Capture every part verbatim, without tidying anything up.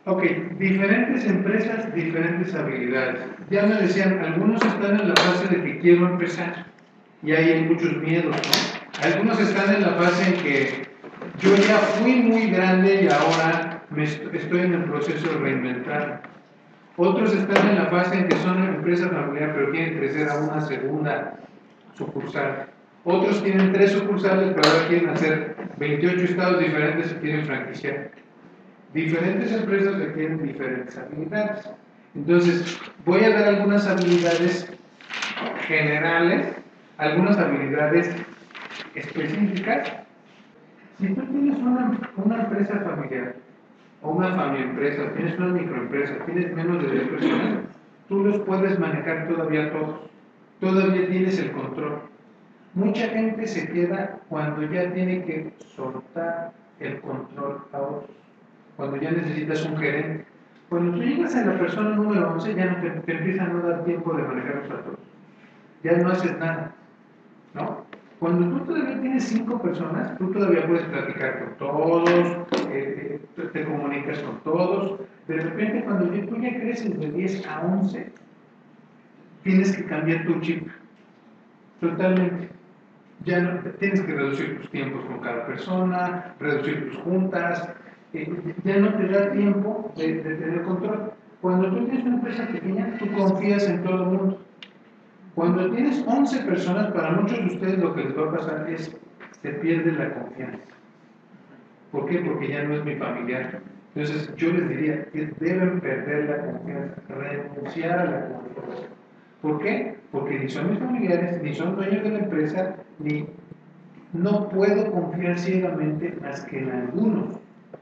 Ok, diferentes empresas, diferentes habilidades. Ya me decían, algunos están en la fase de que quiero empezar y ahí hay muchos miedos, ¿no? Algunos están en la fase en que yo ya fui muy grande y ahora me estoy en el proceso de reinventar. Otros están en la fase en que son una empresa familiar pero quieren crecer a una segunda sucursal. Otros tienen tres sucursales pero ahora quieren hacer veintiocho estados diferentes y quieren franquiciar. Diferentes empresas requieren diferentes habilidades. Entonces, voy a dar algunas habilidades generales, algunas habilidades específicas. Si tú tienes una, una empresa familiar, o una familia empresa, tienes una microempresa, tienes menos de diez personas, tú los puedes manejar todavía todos. Todavía tienes el control. Mucha gente se queda cuando ya tiene que soltar el control a otros. Cuando ya necesitas un gerente. Cuando tú llegas a la persona número once, ya no te, te empieza a no dar tiempo de manejarlos a todos. Ya no haces nada, ¿no? Cuando tú todavía tienes cinco personas, tú todavía puedes platicar con todos, eh, te comunicas con todos. De repente, cuando tú ya creces de diez a once, tienes que cambiar tu chip. Totalmente. Ya no, tienes que reducir tus tiempos con cada persona, reducir tus juntas, eh, ya no te da tiempo de, de tener control. Cuando tú tienes una empresa pequeña, tú confías en todo el mundo. Cuando tienes once personas, para muchos de ustedes lo que les va a pasar es se pierde la confianza. ¿Por qué? Porque ya no es mi familiar. Entonces yo les diría que deben perder la confianza, renunciar a la confianza. ¿Por qué? Porque ni son mis familiares, ni son dueños de la empresa, ni no puedo confiar ciegamente más que en algunos,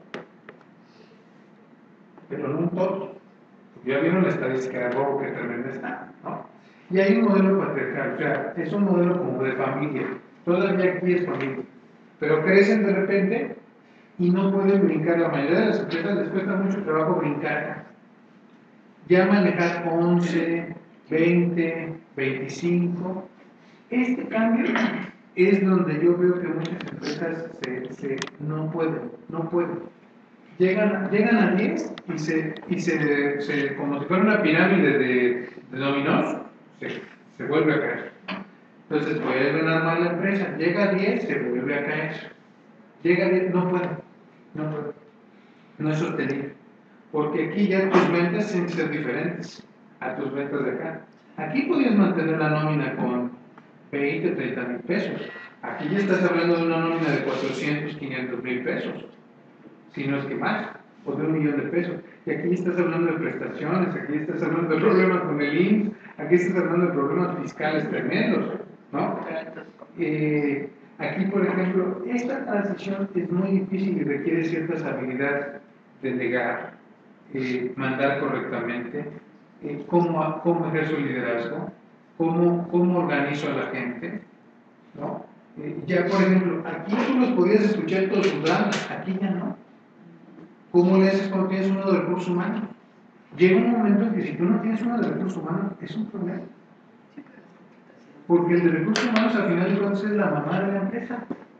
pero no en todos. Ya vieron la estadística de robo que tremenda está, ¿no? Y hay un modelo patriarcal, o sea, es un modelo como de familia. Todavía aquí es familia, pero crecen de repente y no pueden brincar. La mayoría de las empresas les cuesta mucho trabajo brincar. Ya manejar once, veinte, veinticinco. Este cambio es donde yo veo que muchas empresas se, se, no pueden, no pueden. Llegan, llegan a diez y, se, y se, se, como si fuera una pirámide de, de dominós, se, se vuelve a caer. Entonces vuelven a armar la empresa. Llega a diez, se vuelve a caer. Llega a diez, no puede, no puede. No es sostenible. Porque aquí ya tus ventas tienen que ser diferentes a tus ventas de acá. Aquí podías mantener la nómina con veinte, treinta mil pesos. Aquí ya estás hablando de una nómina de cuatrocientos, quinientos mil pesos, si no es que más, o de un millón de pesos. Y aquí estás hablando de prestaciones, aquí estás hablando de problemas con el I M S S, aquí estás hablando de problemas fiscales tremendos, ¿no? Eh, aquí, por ejemplo, esta transición es muy difícil y requiere ciertas habilidades: delegar, eh, mandar correctamente, eh, cómo, cómo ejerzo liderazgo, cómo, cómo organizo a la gente, ¿no? Eh, ya, por ejemplo, aquí tú los podías escuchar todos sus dramas, aquí ya no. ¿Cómo le haces cuando tienes uno de recursos humanos? Llega un momento en que si tú no tienes uno de recursos humanos, es un problema. Porque el de recursos humanos al final de cuentas es la mamá de la empresa.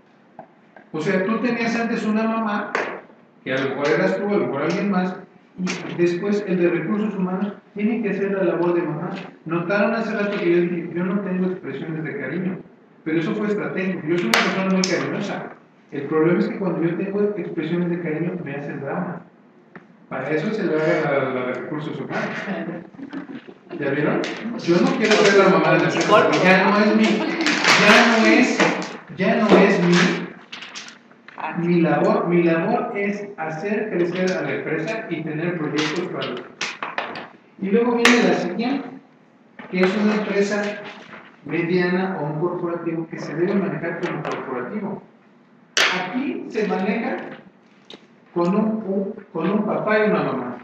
O sea, tú tenías antes una mamá, que a lo mejor eras tú, a lo mejor alguien más, y después el de recursos humanos tiene que hacer la labor de mamá. Notaron hace rato que yo dije, yo no tengo expresiones de cariño, pero eso fue estratégico. Yo soy una persona muy cariñosa. El problema es que cuando yo tengo expresiones de cariño me hacen drama. Para eso se le haga la, la de recursos humanos. ¿Ya vieron? Yo no quiero ser la mamá de la empresa, ya no es mi, ya no es, ya no es mi, mi labor. Mi labor es hacer crecer a la empresa y tener proyectos para los. Y luego viene la siguiente, que es una empresa mediana o un corporativo que se debe manejar como corporativo. Aquí se maneja con un, con un papá y una mamá.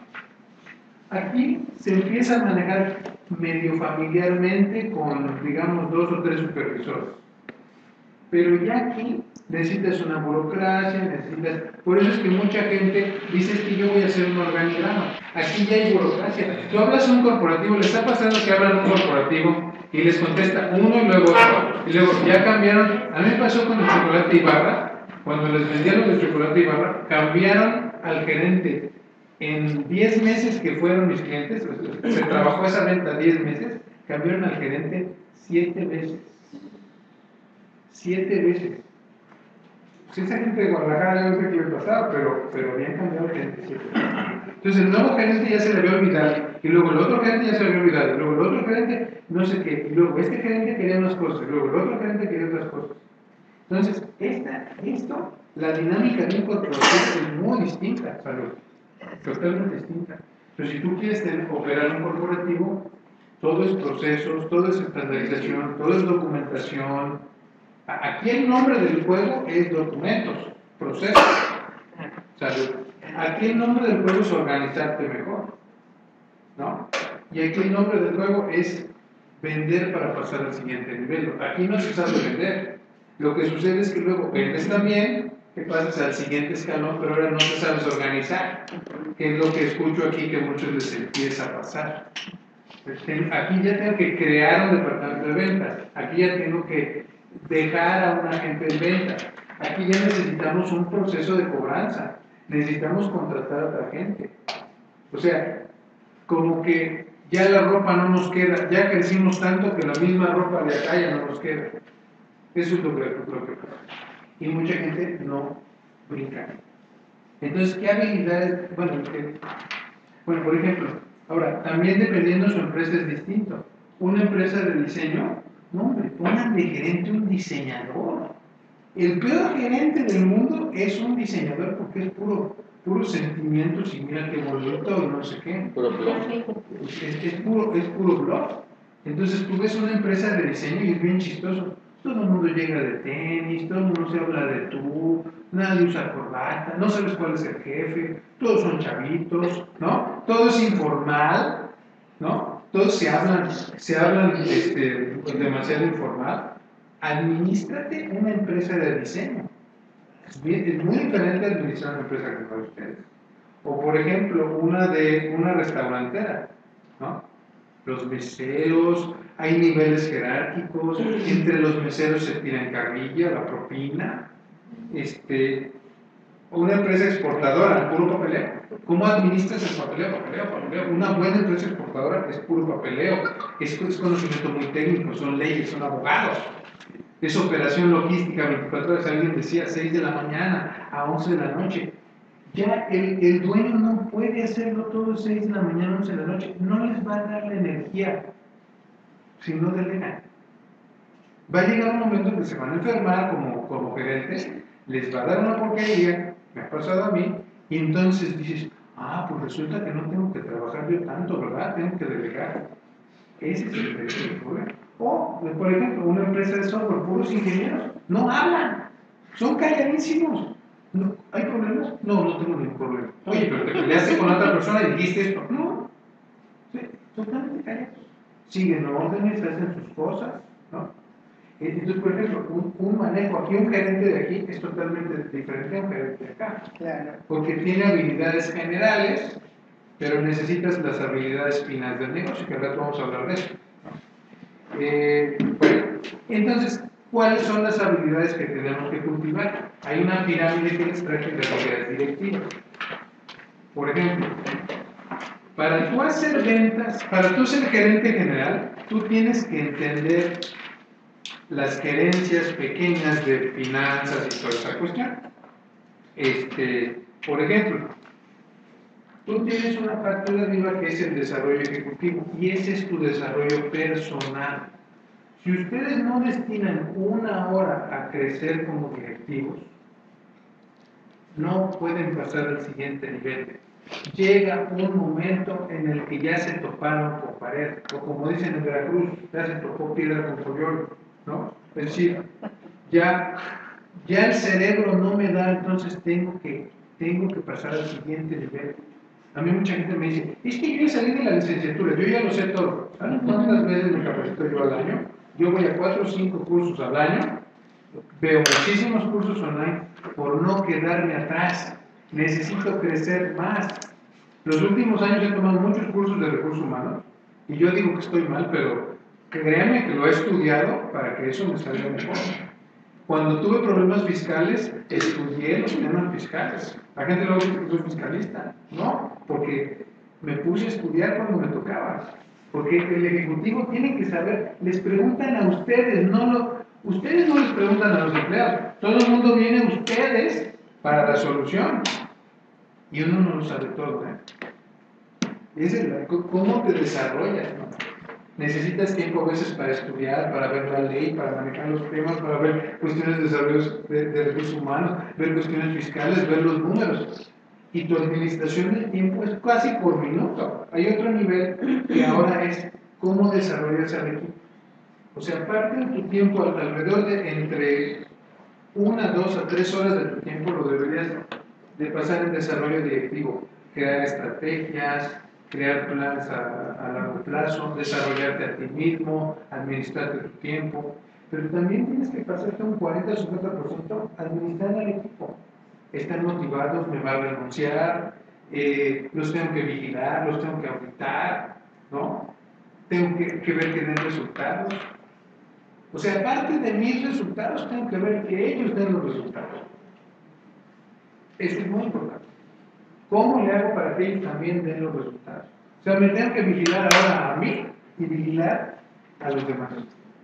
Aquí se empieza a manejar medio familiarmente con, digamos, dos o tres supervisores. Pero ya aquí necesitas una burocracia, necesitas. Por eso es que mucha gente dice que yo voy a hacer un organigrama. Aquí ya hay burocracia. Tú hablas a un corporativo, le está pasando que hablan a un corporativo y les contesta uno y luego otro. Y luego ya cambiaron. A mí me pasó con el chocolate Ibarra. Cuando les vendían los de chocolate Ibarra, cambiaron al gerente en diez meses que fueron mis clientes, se trabajó esa venta diez meses, cambiaron al gerente siete veces. siete veces. Si esa gente de Guadalajara, yo no sé qué le pasaba, pero, pero habían cambiado el gerente siete veces. Entonces el nuevo gerente ya se le había olvidado, y luego el otro gerente ya se le había olvidado, y luego el otro gerente no sé qué, y luego este gerente quería unas cosas, y luego el otro gerente quería otras cosas. Entonces, esta, esto, la dinámica de un corporativo es muy distinta, Salud, totalmente distinta. Pero si tú quieres tener, operar un corporativo, todo es procesos, todo es estandarización, todo es documentación. Aquí el nombre del juego es documentos, procesos, Salud. Aquí el nombre del juego es organizarte mejor, ¿no? Y aquí el nombre del juego es vender para pasar al siguiente nivel. Aquí no se sabe vender. Lo que sucede es que luego vendes también, que pasas al siguiente escalón, pero ahora no te sabes organizar, que es lo que escucho aquí que a muchos les empieza a pasar. Aquí ya tengo que crear un departamento de ventas, aquí ya tengo que dejar a un agente de ventas, aquí ya necesitamos un proceso de cobranza, necesitamos contratar a otra gente. O sea, como que ya la ropa no nos queda, ya crecimos tanto que la misma ropa de acá ya no nos queda. Eso es lo que, lo que pasa. Y mucha gente no brinca. Entonces, ¿qué habilidades? Bueno, eh, bueno, por ejemplo, ahora, también dependiendo de su empresa es distinto. Una empresa de diseño, no hombre, pongan de gerente un diseñador. El peor gerente del mundo es un diseñador porque es puro, puro sentimientos y mira qué bonito y no sé qué. Puro blog. Es, es, es puro, es puro blog. Entonces tú ves una empresa de diseño y es bien chistoso. Todo el mundo llega de tenis, todo el mundo se habla de tú, nadie usa corbata, no sabes cuál es el jefe, todos son chavitos, ¿no? Todo es informal, ¿no? Todos se hablan, se hablan este, demasiado informal. Adminístrate una empresa de diseño. Es, bien, es muy diferente administrar una empresa que para ustedes. O por ejemplo, una de una restaurantera, ¿no? Los meseros, hay niveles jerárquicos, entre los meseros se tiran carrilla, la propina, este, una empresa exportadora, puro papeleo. ¿Cómo administras el papeleo? Papeleo, papeleo. Una buena empresa exportadora es puro papeleo, es, es conocimiento muy técnico, son leyes, son abogados. Es operación logística, veinticuatro horas, alguien decía, seis de la mañana a once de la noche. Ya el, el dueño no puede hacerlo todo seis de la mañana, once de la noche. No les va a dar la energía si no delegan. Va a llegar un momento en que se van a enfermar como, como gerentes, les va a dar una porquería, me ha pasado a mí, y entonces dices, ah, pues resulta que no tengo que trabajar yo tanto, ¿verdad? Tengo que delegar. Ese es el, el problema. O, por ejemplo, una empresa de software, puros ingenieros, no hablan, son calladísimos. No, ¿hay problemas? No, no tengo ningún problema. Oye, pero te peleaste con otra persona y dijiste esto. No, sí, totalmente callados. Siguen órdenes, hacen sus cosas, ¿no? Entonces, por ejemplo, un, un manejo aquí, un gerente de aquí es totalmente diferente a un gerente de acá. Claro. Porque tiene habilidades generales, pero necesitas las habilidades finas del negocio, que ahora vamos a hablar de eso. Eh, bueno, entonces, ¿cuáles son las habilidades que tenemos que cultivar? Hay una pirámide que les traje de habilidades directivas. Por ejemplo, para tú hacer ventas, para tú ser gerente general, tú tienes que entender las gerencias pequeñas de finanzas y toda esa cuestión. Este, por ejemplo, tú tienes una parte de arriba que es el desarrollo ejecutivo y ese es tu desarrollo personal. Si ustedes no destinan una hora a crecer como directivos, no pueden pasar al siguiente nivel. Llega un momento en el que ya se toparon con pared, o como dicen en Veracruz, ya se topó piedra con pollo, ¿no? Es decir, ya, ya el cerebro no me da, entonces tengo que, tengo que pasar al siguiente nivel. A mí mucha gente me dice, es que yo ya salí de la licenciatura, yo ya lo sé todo. ¿Saben cuántas veces me capacito yo al año? Yo voy a cuatro o cinco cursos al año, veo muchísimos cursos online por no quedarme atrás. Necesito crecer más. Los últimos años he tomado muchos cursos de recursos humanos y yo digo que estoy mal, pero créanme que lo he estudiado para que eso me salga mejor. Cuando tuve problemas fiscales, estudié los temas fiscales. La gente luego dice que soy fiscalista. No, porque me puse a estudiar cuando me tocaba. Porque el ejecutivo tiene que saber, les preguntan a ustedes, no lo, ustedes no les preguntan a los empleados. Todo el mundo viene a ustedes para la solución. Y uno no lo sabe todo, ¿eh? Es el, cómo te desarrollas, ¿no? Necesitas tiempo a veces para estudiar, para ver la ley, para manejar los temas, para ver cuestiones de desarrollo de, de recursos humanos, ver cuestiones fiscales, ver los números. Y tu administración del tiempo es casi por minuto. Hay otro nivel que ahora es cómo desarrollas al equipo. O sea, parte de tu tiempo, alrededor de entre una, dos a tres horas de tu tiempo lo deberías de pasar en desarrollo directivo, crear estrategias, crear planes a, a largo plazo, desarrollarte a ti mismo, administrarte tu tiempo, pero también tienes que pasarte un cuarenta o cincuenta por ciento administrando al equipo. Están motivados, me va a renunciar, eh, los tengo que vigilar, los tengo que auditar, ¿no? Tengo que, que ver que den resultados. O sea, aparte de mis resultados, tengo que ver que ellos den los resultados. Eso es muy importante. ¿Cómo le hago para que ellos también den los resultados? O sea, me tengo que vigilar ahora a mí y vigilar a los demás.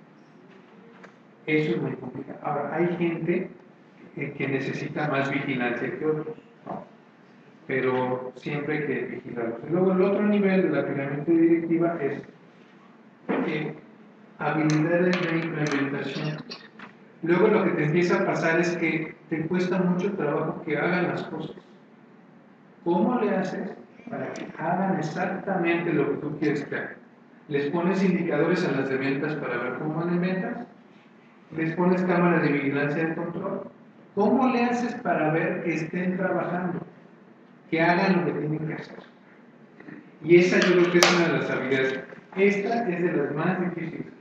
Eso es muy complicado. Ahora, hay gente que, que necesita más vigilancia que otros, ¿no? Pero siempre hay que vigilarlos. Y luego el otro nivel de la pirámide directiva es eh, habilidades de implementación. Luego lo que te empieza a pasar es que te cuesta mucho trabajo que hagan las cosas. ¿Cómo le haces para que hagan exactamente lo que tú quieres que hagan? ¿Les pones indicadores a las de ventas para ver cómo van en ventas? ¿Les pones cámaras de vigilancia de control? ¿Cómo le haces para ver que estén trabajando? Que hagan lo que tienen que hacer. Y esa yo creo que es una de las habilidades. Esta es de las más difíciles.